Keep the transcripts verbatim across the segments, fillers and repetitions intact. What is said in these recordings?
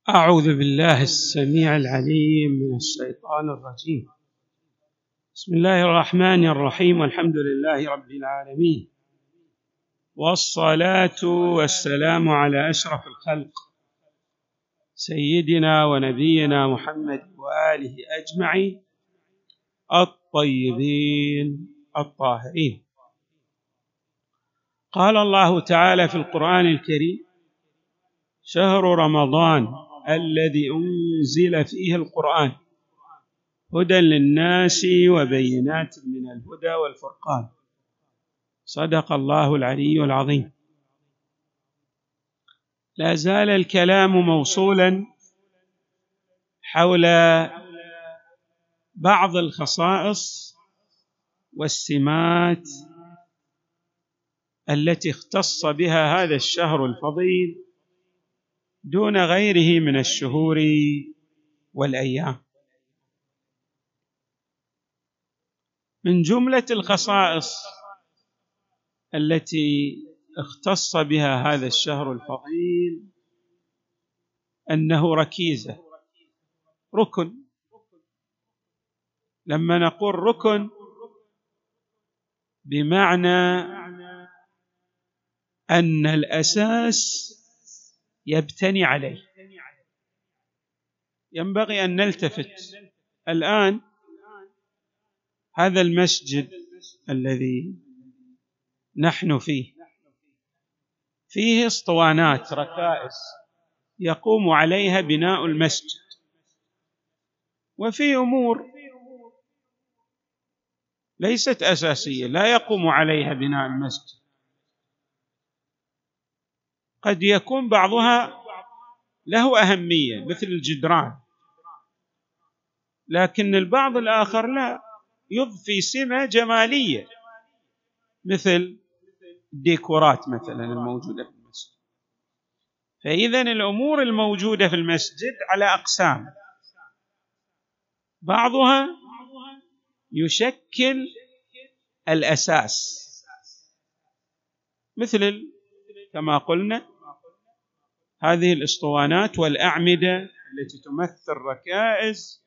أعوذ بالله السميع العليم من الشيطان الرجيم. بسم الله الرحمن الرحيم، والحمد لله رب العالمين، والصلاة والسلام على أشرف الخلق سيدنا ونبينا محمد وآله أجمعين الطيبين الطاهرين. قال الله تعالى في القرآن الكريم: شهر رمضان الذي أنزل فيه القرآن هدى للناس وبينات من الهدى والفرقان. صدق الله العلي العظيم. لا زال الكلام موصولا حول بعض الخصائص والسمات التي اختص بها هذا الشهر الفضيل دون غيره من الشهور والأيام. من جملة الخصائص التي اختص بها هذا الشهر الفضيل أنه ركيزة، ركن. لما نقول ركن بمعنى أن الأساس يبتني عليه. ينبغي أن نلتفت الآن، هذا المسجد الذي نحن فيه فيه اسطوانات، ركائز يقوم عليها بناء المسجد، وفي أمور ليست أساسية لا يقوم عليها بناء المسجد، قد يكون بعضها له أهمية مثل الجدران، لكن البعض الآخر لا، يضفي سمة جمالية مثل الديكورات مثلا الموجودة في المسجد. فإذا الأمور الموجودة في المسجد على أقسام، بعضها يشكل الأساس، مثل كما قلنا هذه الأسطوانات والأعمدة التي تمثل ركائز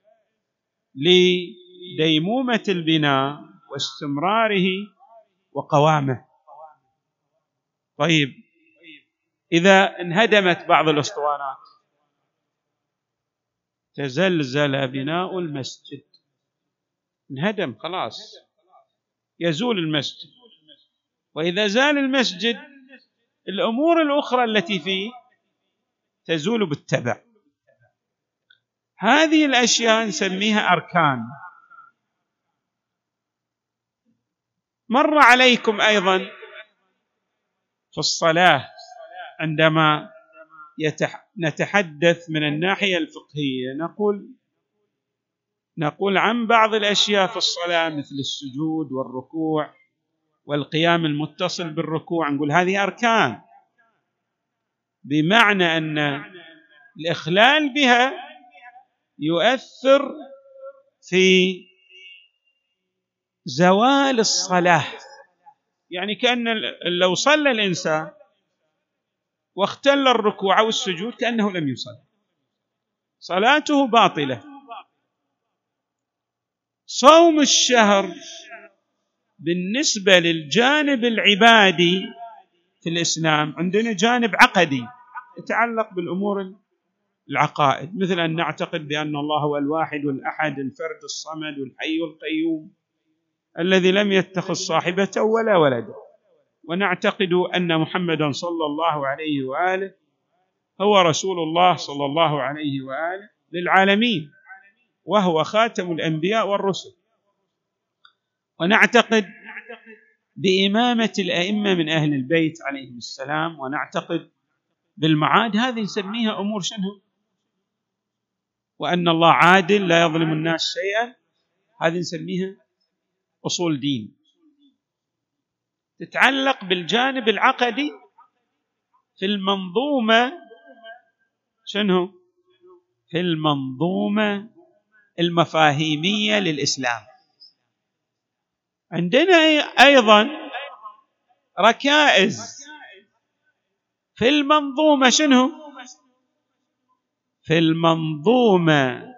لديمومة البناء واستمراره وقوامه. طيب، إذا انهدمت بعض الأسطوانات تزلزل بناء المسجد، انهدم خلاص، يزول المسجد. وإذا زال المسجد الأمور الأخرى التي فيه تزول بالتبع. هذه الأشياء نسميها أركان. مر عليكم أيضا في الصلاة عندما يتح... نتحدث من الناحية الفقهية نقول نقول عن بعض الأشياء في الصلاة مثل السجود والركوع والقيام المتصل بالركوع، نقول هذه أركان، بمعنى أن الإخلال بها يؤثر في زوال الصلاة. يعني كأن لو صلى الإنسان واختل الركوع والسجود كأنه لم يصلي، صلاته باطلة. صوم الشهر بالنسبة للجانب العبادي في الإسلام عندنا جانب عقدي يتعلق بالأمور العقائد، مثل أن نعتقد بأن الله هو الواحد الأحد الفرد الصمد الحي القيوم الذي لم يتخذ صاحبة ولا ولدا، ونعتقد أن محمدا صلى الله عليه وآله هو رسول الله صلى الله عليه وآله للعالمين، وهو خاتم الأنبياء والرسل. ونعتقد بإمامة الأئمة من أهل البيت عليهم السلام، ونعتقد بالمعاد. هذه نسميها أمور شنو؟ وأن الله عادل لا يظلم الناس شيئا، هذه نسميها أصول دين تتعلق بالجانب العقدي في المنظومة. شنو؟ في المنظومة المفاهيمية للإسلام. عندنا أيضا ركائز في المنظومة، شنو؟ في المنظومة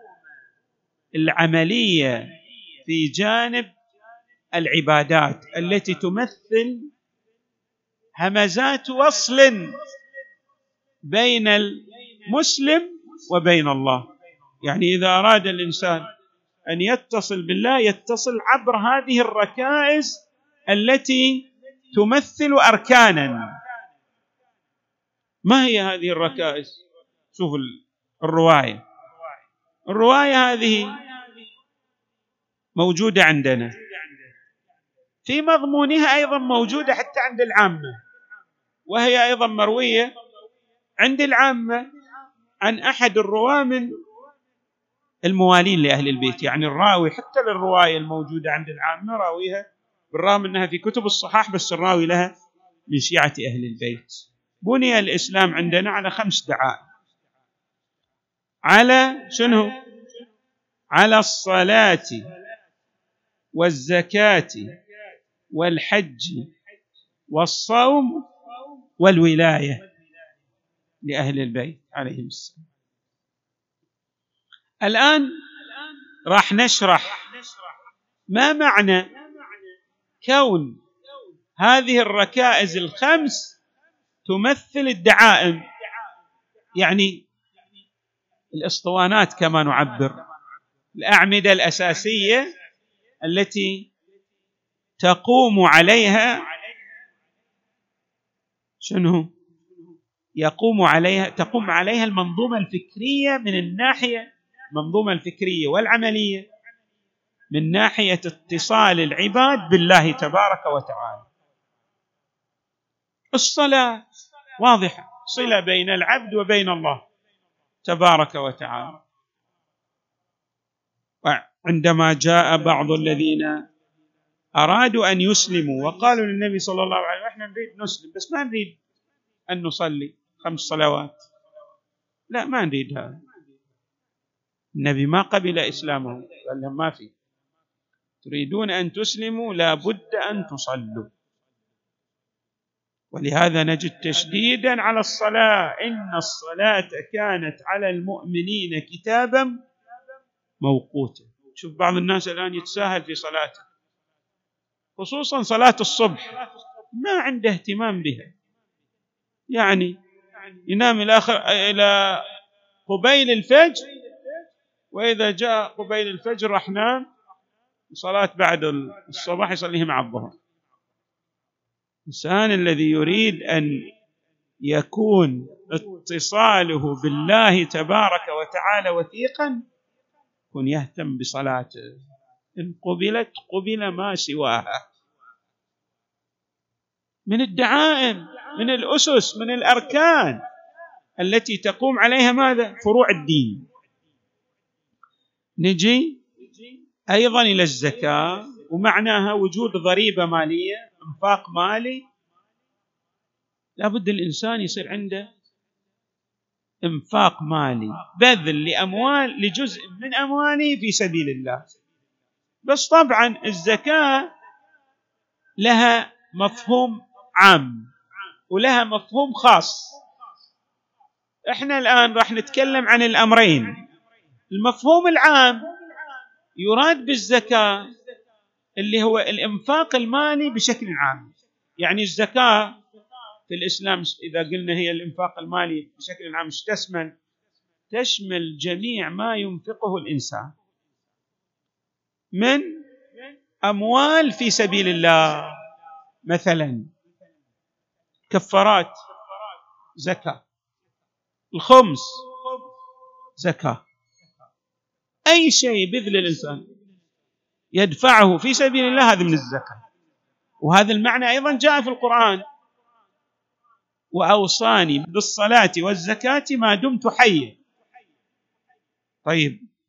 العملية في جانب العبادات التي تمثل همزات وصل بين المسلم وبين الله. يعني إذا أراد الإنسان أن يتصل بالله يتصل عبر هذه الركائز التي تمثل أركانا. ما هي هذه الركائز؟ شوف الرواية الرواية هذه موجودة عندنا، في مضمونها أيضا موجودة حتى عند العامة، وهي أيضا مروية عند العامة عن أحد الرواة من الموالين لأهل البيت. يعني الراوي حتى للرواية الموجودة عند العامة راويها، بالرغم أنها في كتب الصحاح، بس الراوي لها من شيعة أهل البيت. بني الإسلام عندنا على خمس دعائم. على شنو؟ على الصلاة والزكاة والحج والصوم والولاية لأهل البيت عليهم السلام. الآن راح نشرح ما معنى كون هذه الركائز الخمس تمثل الدعائم، يعني الاسطوانات كما نعبر، الأعمدة الأساسية التي تقوم عليها شنو؟ يقوم عليها تقوم عليها المنظومة الفكرية من الناحية المنظومة الفكرية والعملية من ناحية اتصال العباد بالله تبارك وتعالى. الصلاة واضحة، صلة بين العبد وبين الله تبارك وتعالى. عندما جاء بعض الذين أرادوا أن يسلموا وقالوا للنبي صلى الله عليه وسلم احنا نريد نسلم بس ما نريد أن نصلي خمس صلوات، لا ما نريد هذا، النبي ما قبل إسلامه، قال لهم ما في، تريدون أن تسلموا لا بد أن تصلوا. ولهذا نجد تشديدا على الصلاة، إن الصلاة كانت على المؤمنين كتابا موقوتا. شوف بعض الناس الآن يتساهل في صلاته، خصوصا صلاة الصبح ما عنده اهتمام بها، يعني ينام الآخر إلى قبيل الفجر، وإذا جاء قبيل الفجر راح نام، صلاة بعد الصباح يصليه مع الظهر. الإنسان الذي يريد أن يكون اتصاله بالله تبارك وتعالى وثيقا يكون يهتم بصلاته، إن قبلت قبل ما سواها من الدعائم، من الأسس، من الأركان التي تقوم عليها ماذا؟ فروع الدين. نجي أيضا إلى الزكاة، ومعناها وجود ضريبة مالية، انفاق مالي. لابد الإنسان يصير عنده انفاق مالي، بذل لأموال لجزء من أمواله في سبيل الله. بس طبعا الزكاة لها مفهوم عام ولها مفهوم خاص. احنا الآن راح نتكلم عن الأمرين. المفهوم العام يراد بالزكاة اللي هو الإنفاق المالي بشكل عام، يعني الزكاة في الإسلام إذا قلنا هي الإنفاق المالي بشكل عام تشمل تشمل جميع ما ينفقه الإنسان من أموال في سبيل الله، مثلا كفارات زكاة، الخمس زكاة، أي شيء بذل الإنسان يدفعه في سبيل الله هذا من الزكاة. وهذا المعنى أيضا جاء في القرآن: وأوصاني بالصلاة والزكاة ما دمت حيا. طيب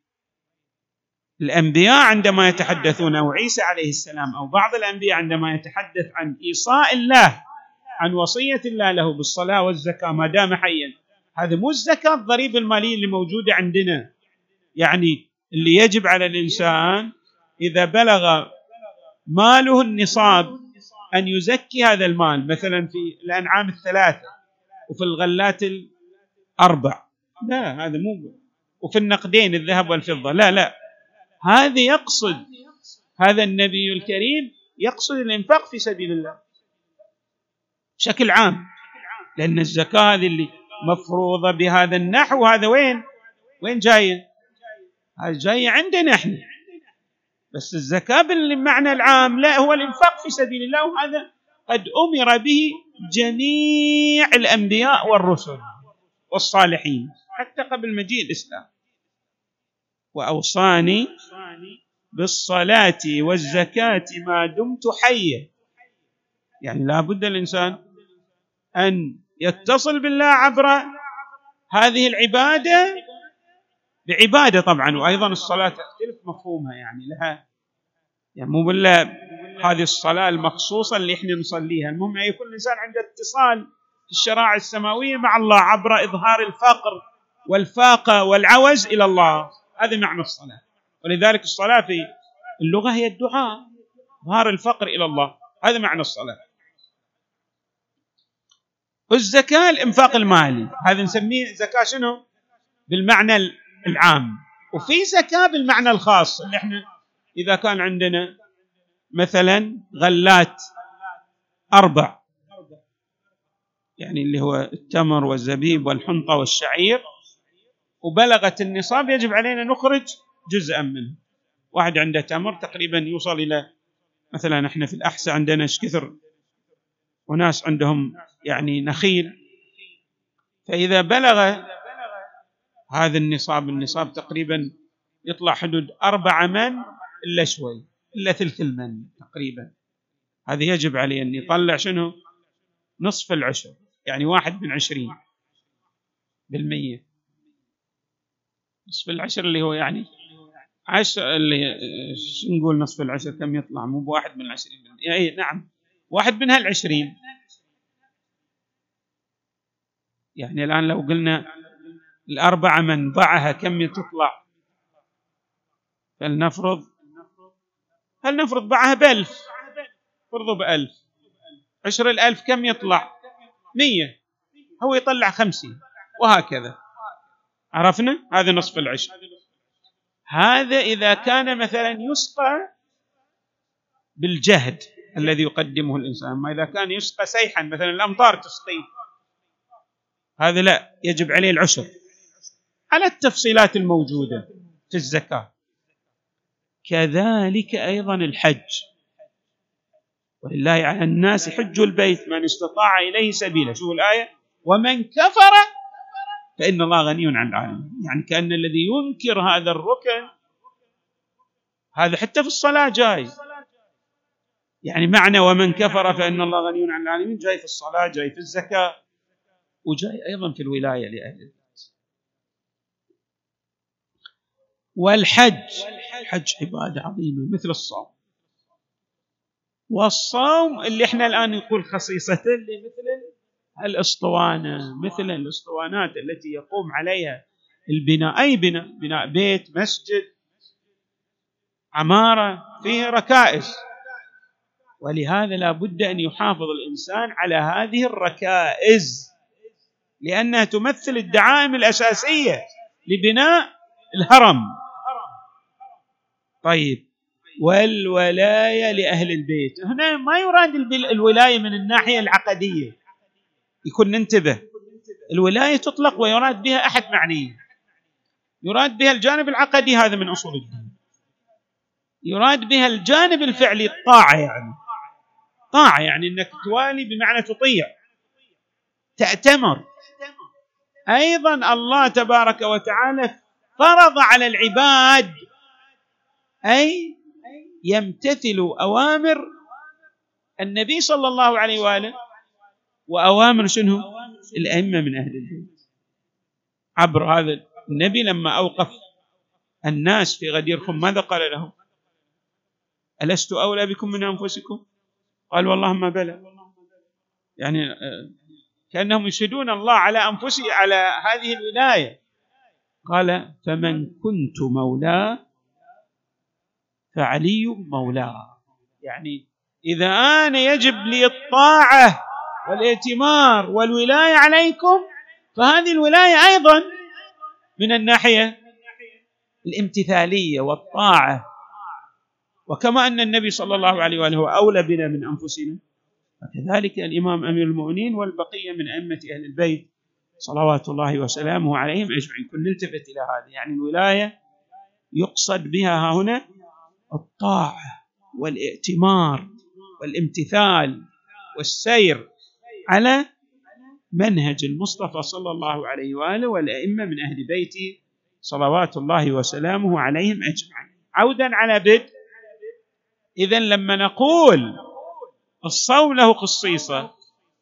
الأنبياء عندما يتحدثون، أو عيسى عليه السلام أو بعض الأنبياء عندما يتحدث عن إيصاء الله، عن وصية الله له بالصلاة والزكاة ما دام حيا، هذا مو الزكاة الضريبة المالية اللي موجودة عندنا، يعني اللي يجب على الإنسان إذا بلغ ماله النصاب أن يزكي هذا المال، مثلا في الأنعام الثلاثة وفي الغلات الأربع لا هذا مو، وفي النقدين الذهب والفضة، لا لا، هذا يقصد، هذا النبي الكريم يقصد الإنفاق في سبيل الله بشكل عام، لأن الزكاة هذه اللي مفروضة بهذا النحو، هذا وين وين جاية؟ هذا جاية عندنا احنا، بس الزكاة بالمعنى العام لا، هو الإنفاق في سبيل الله، وهذا قد أمر به جميع الأنبياء والرسل والصالحين حتى قبل مجيء الإسلام. وأوصاني بالصلاة والزكاة ما دمت حيا، يعني لا بد الإنسان أن يتصل بالله عبر هذه العبادة بعبادة طبعا، وأيضا الصلاة تختلف مفهومها، يعني لها يعني مو بالله هذه الصلاة المخصوصة اللي احنا نصليها، المهم أن يكون الإنسان عنده اتصال في الشرائع السماوية مع الله عبر إظهار الفقر والفاقة والعوز إلى الله، هذا معنى الصلاة. ولذلك الصلاة في اللغة هي الدعاء، إظهار الفقر إلى الله، هذا معنى الصلاة. والزكاة الإنفاق المالي، هذا نسميه زكاة شنو؟ بالمعنى العام، وفي زكاة بالمعنى الخاص، اللي احنا إذا كان عندنا مثلا غلات أربع، يعني اللي هو التمر والزبيب والحنطة والشعير، وبلغت النصاب، يجب علينا نخرج جزءا منه. واحد عنده تمر تقريبا يوصل إلى، مثلا احنا في الأحساء عندنا ايش كثر وناس عندهم يعني نخيل، فإذا بلغ هذا النصاب، النصاب تقريبا يطلع حدود أربعة من إلا شوي، إلا ثلث المن تقريبا، هذا يجب عليه أن يطلع شنو؟ نصف العشر، يعني واحد من عشرين بالمية. نصف العشر اللي هو يعني عشر، اللي نقول نصف العشر كم يطلع؟ مو بواحد من العشرين بالمية، أي نعم واحد من هالعشرين. يعني الآن لو قلنا الأربعة من ضعها كم تطلع؟ فلنفرض هل نفرض بعها بألف، فرضوا بألف، عشر الألف كم يطلع؟ مية، هو يطلع خمسين، وهكذا. عرفنا؟ هذا نصف العشر. هذا إذا كان مثلا يسقى بالجهد الذي يقدمه الإنسان، ما إذا كان يسقى سيحا، مثلا الأمطار تسقيه، هذا لا، يجب عليه العشر على التفصيلات الموجودة في الزكاة. كذلك أيضا الحج، ولله على الناس حج البيت من استطاع إليه سبيلا، شوفوا الآية، ومن كفر فإن الله غني عن العالمين، يعني كأن الذي ينكر هذا الركن، هذا حتى في الصلاة جاي، يعني معنى ومن كفر فإن الله غني عن العالمين جاي في الصلاة، جاي في الزكاة، وجاي أيضا في الولاية لأهل البيت. والحج، الحج عبادة عظيمة مثل الصوم، والصوم اللي احنا الآن نقول خصيصته اللي مثل الأسطوانة، مثل الأسطوانات التي يقوم عليها البناء، أي بناء، بناء بيت، مسجد، عمارة، فيه ركائز، ولهذا لا بد أن يحافظ الإنسان على هذه الركائز، لأنها تمثل الدعائم الأساسية لبناء الهرم. طيب، والولاية لأهل البيت، هنا ما يراد الولاية من الناحية العقدية، يكون ننتبه، الولاية تطلق ويراد بها أحد معنيين، يراد بها الجانب العقدي، هذا من أصول الدين، يراد بها الجانب الفعلي، الطاعة، يعني طاعة يعني أنك توالي بمعنى تطيع، تأتمر. أيضا الله تبارك وتعالى فرض على العباد أي يمتثلوا أوامر النبي صلى الله عليه وآله، وأوامر شنو؟ الأئمة من أهل البيت، عبر هذا النبي لما أوقف الناس في غدير خم ماذا قال لهم؟ ألست أولى بكم من أنفسكم؟ قال والله ما بلى، يعني كأنهم يشهدون الله على أنفسهم على هذه الولاية. قال فمن كنت مولاه فعلي مولاه، يعني إذا أنا يجب لي الطاعة والائتمار والولاية عليكم، فهذه الولاية أيضا من الناحية الامتثالية والطاعة. وكما أن النبي صلى الله عليه وآله هو أولى بنا من أنفسنا، وكذلك الإمام أمير المؤمنين والبقية من أئمة أهل البيت صلوات الله وسلامه عليهم أجمعين. كن نلتفت إلى هذا، يعني الولاية يقصد بها هنا الطاعة والائتمار والامتثال والسير على منهج المصطفى صلى الله عليه وآله والأئمة من أهل بيته صلوات الله وسلامه عليهم أجمعين. عودا على بدء، إذن لما نقول الصوم له خصيصة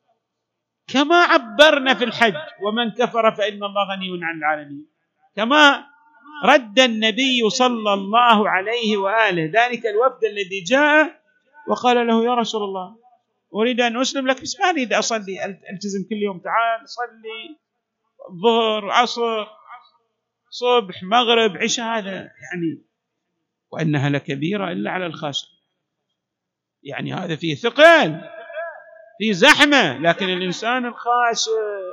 كما عبرنا في الحج ومن كفر فإن الله غني عن العالمين، كما رد النبي صلى الله عليه وآله ذلك الوفد الذي جاء وقال له: يا رسول الله أريد أن أسلم لك بس ما أريد أصلي ألتزم كل يوم، تعال صلي ظهر عصر صبح مغرب عشاء، هذا يعني وأنها لكبيرة إلا على الخاشعين. يعني هذا فيه ثقل، فيه زحمة، لكن الإنسان الخاشع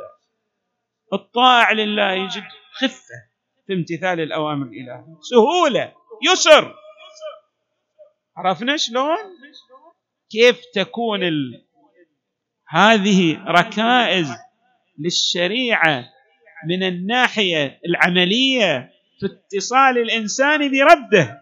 الطاعة لله يجد خفة في امتثال الأوامر الإلهية، سهولة، يسر. عرفنا شلون كيف تكون ال... هذه ركائز للشريعة من الناحية العملية في اتصال الإنسان بربه.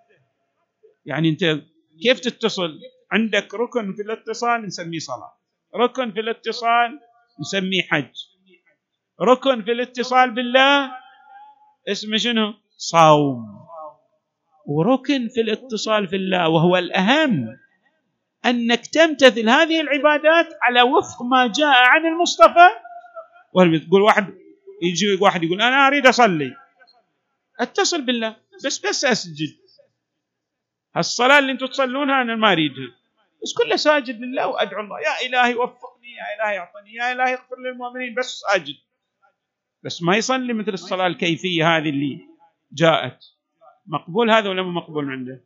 يعني أنت كيف تتصل؟ عندك ركن في الاتصال نسميه صلاة، ركن في الاتصال نسميه حج، ركن في الاتصال بالله اسمه شنو؟ صوم. وركن في الاتصال في الله وهو الأهم أنك تمتثل هذه العبادات على وفق ما جاء عن المصطفى. وتقول واحد يجي واحد يقول أنا أريد أصلي، أتصل بالله بس بس أسجد، هالصلاة اللي أنتم تصلونها أنا ما أريدها، بس كله ساجد لله وأدعو الله يا إلهي وفقني، يا إلهي أعطني، يا إلهي اغفر للمؤمنين، بس ساجد. بس ما يصلي مثل الصلاة الكيفية هذه اللي جاءت. مقبول هذا ولا مو مقبول عنده؟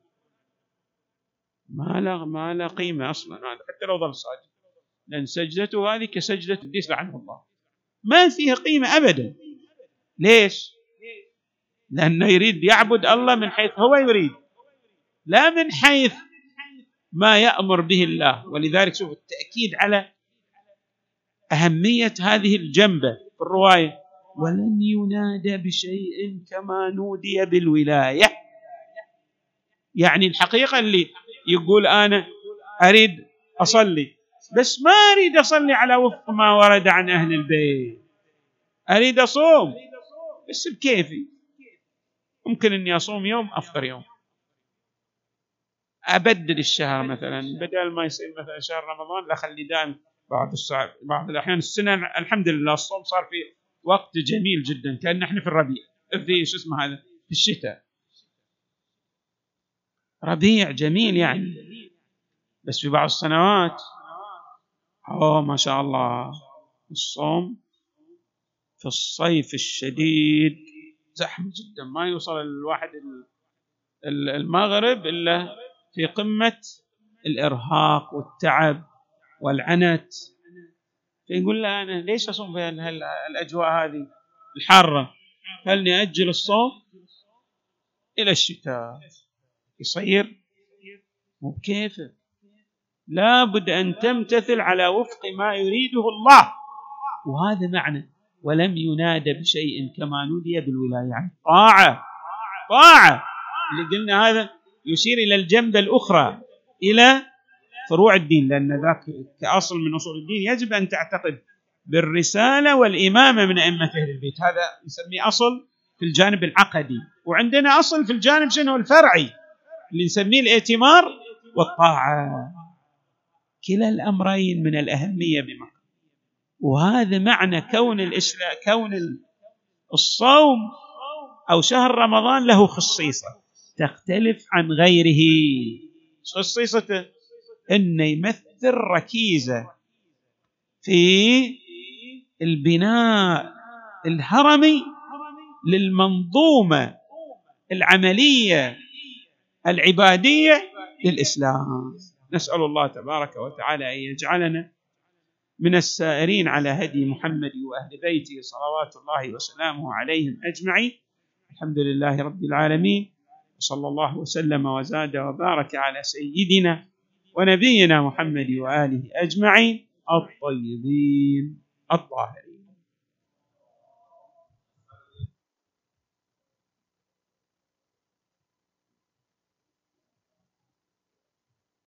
ما لا ما لا قيمة أصلا هذا، حتى لو ظل ساجد، لأن سجدته هذه كسجدة إبليس لعنه الله، ما فيها قيمة أبدا. ليش؟ لأنه يريد يعبد الله من حيث هو يريد، لا من حيث ما يأمر به الله. ولذلك شوف التأكيد على أهمية هذه الجنبة في الرواية: ولم ينادى بشيء كما نودي بالولاية. يعني الحقيقة اللي يقول أنا أريد أصلي بس ما أريد أصلي على وفق ما ورد عن أهل البيت، أريد أصوم بس بكيفي، ممكن أني أصوم يوم أفطر يوم، أبدل الشهر مثلا، بدل ما يصير مثلا شهر رمضان لا خلي دائم بعض الساعة بعض الأحيان السنة. الحمد لله الصوم صار في وقت جميل جدا، كأن احنا في الربيع، في شو اسمه هذا، في الشتاء، ربيع جميل يعني. بس في بعض السنوات أوه ما شاء الله الصوم في الصيف الشديد زحمة جدا، ما يوصل الواحد المغرب إلا في قمة الإرهاق والتعب والعنت، فيقول لا أنا ليش أصوم في الأجواء هذه الحارة، خلني أجل الصوم إلى الشتاء. يصير مو بكيفه، لا بد أن تمتثل على وفق ما يريده الله. وهذا معنى ولم ينادى بشيء كما نودي بالولاية، يعني طاعة طاعة اللي قلنا هذا يشير إلى الجنبة الأخرى، إلى فروع الدين، لأن ذاك كأصل من أصول الدين يجب أن تعتقد بالرسالة والإمامة من أئمة أهل البيت، هذا نسميه أصل في الجانب العقدي. وعندنا أصل في الجانب شنو الفرعي اللي نسميه الائتمار والطاعة، كلا الأمرين من الأهمية بمعنى. وهذا معنى كون الإسلام، كون الصوم أو شهر رمضان له خصيصة تختلف عن غيره. خصيصته إنه يمثل ركيزة في البناء الهرمي للمنظومة العملية العبادية للإسلام. نسأل الله تبارك وتعالى أن يجعلنا من السائرين على هدي محمد وأهل بيته صلوات الله وسلامه عليهم أجمعين. الحمد لله رب العالمين، وصلى الله وسلم وزاد وبارك على سيدنا ونبينا محمد وآله أجمعين الطيبين الطاهرين.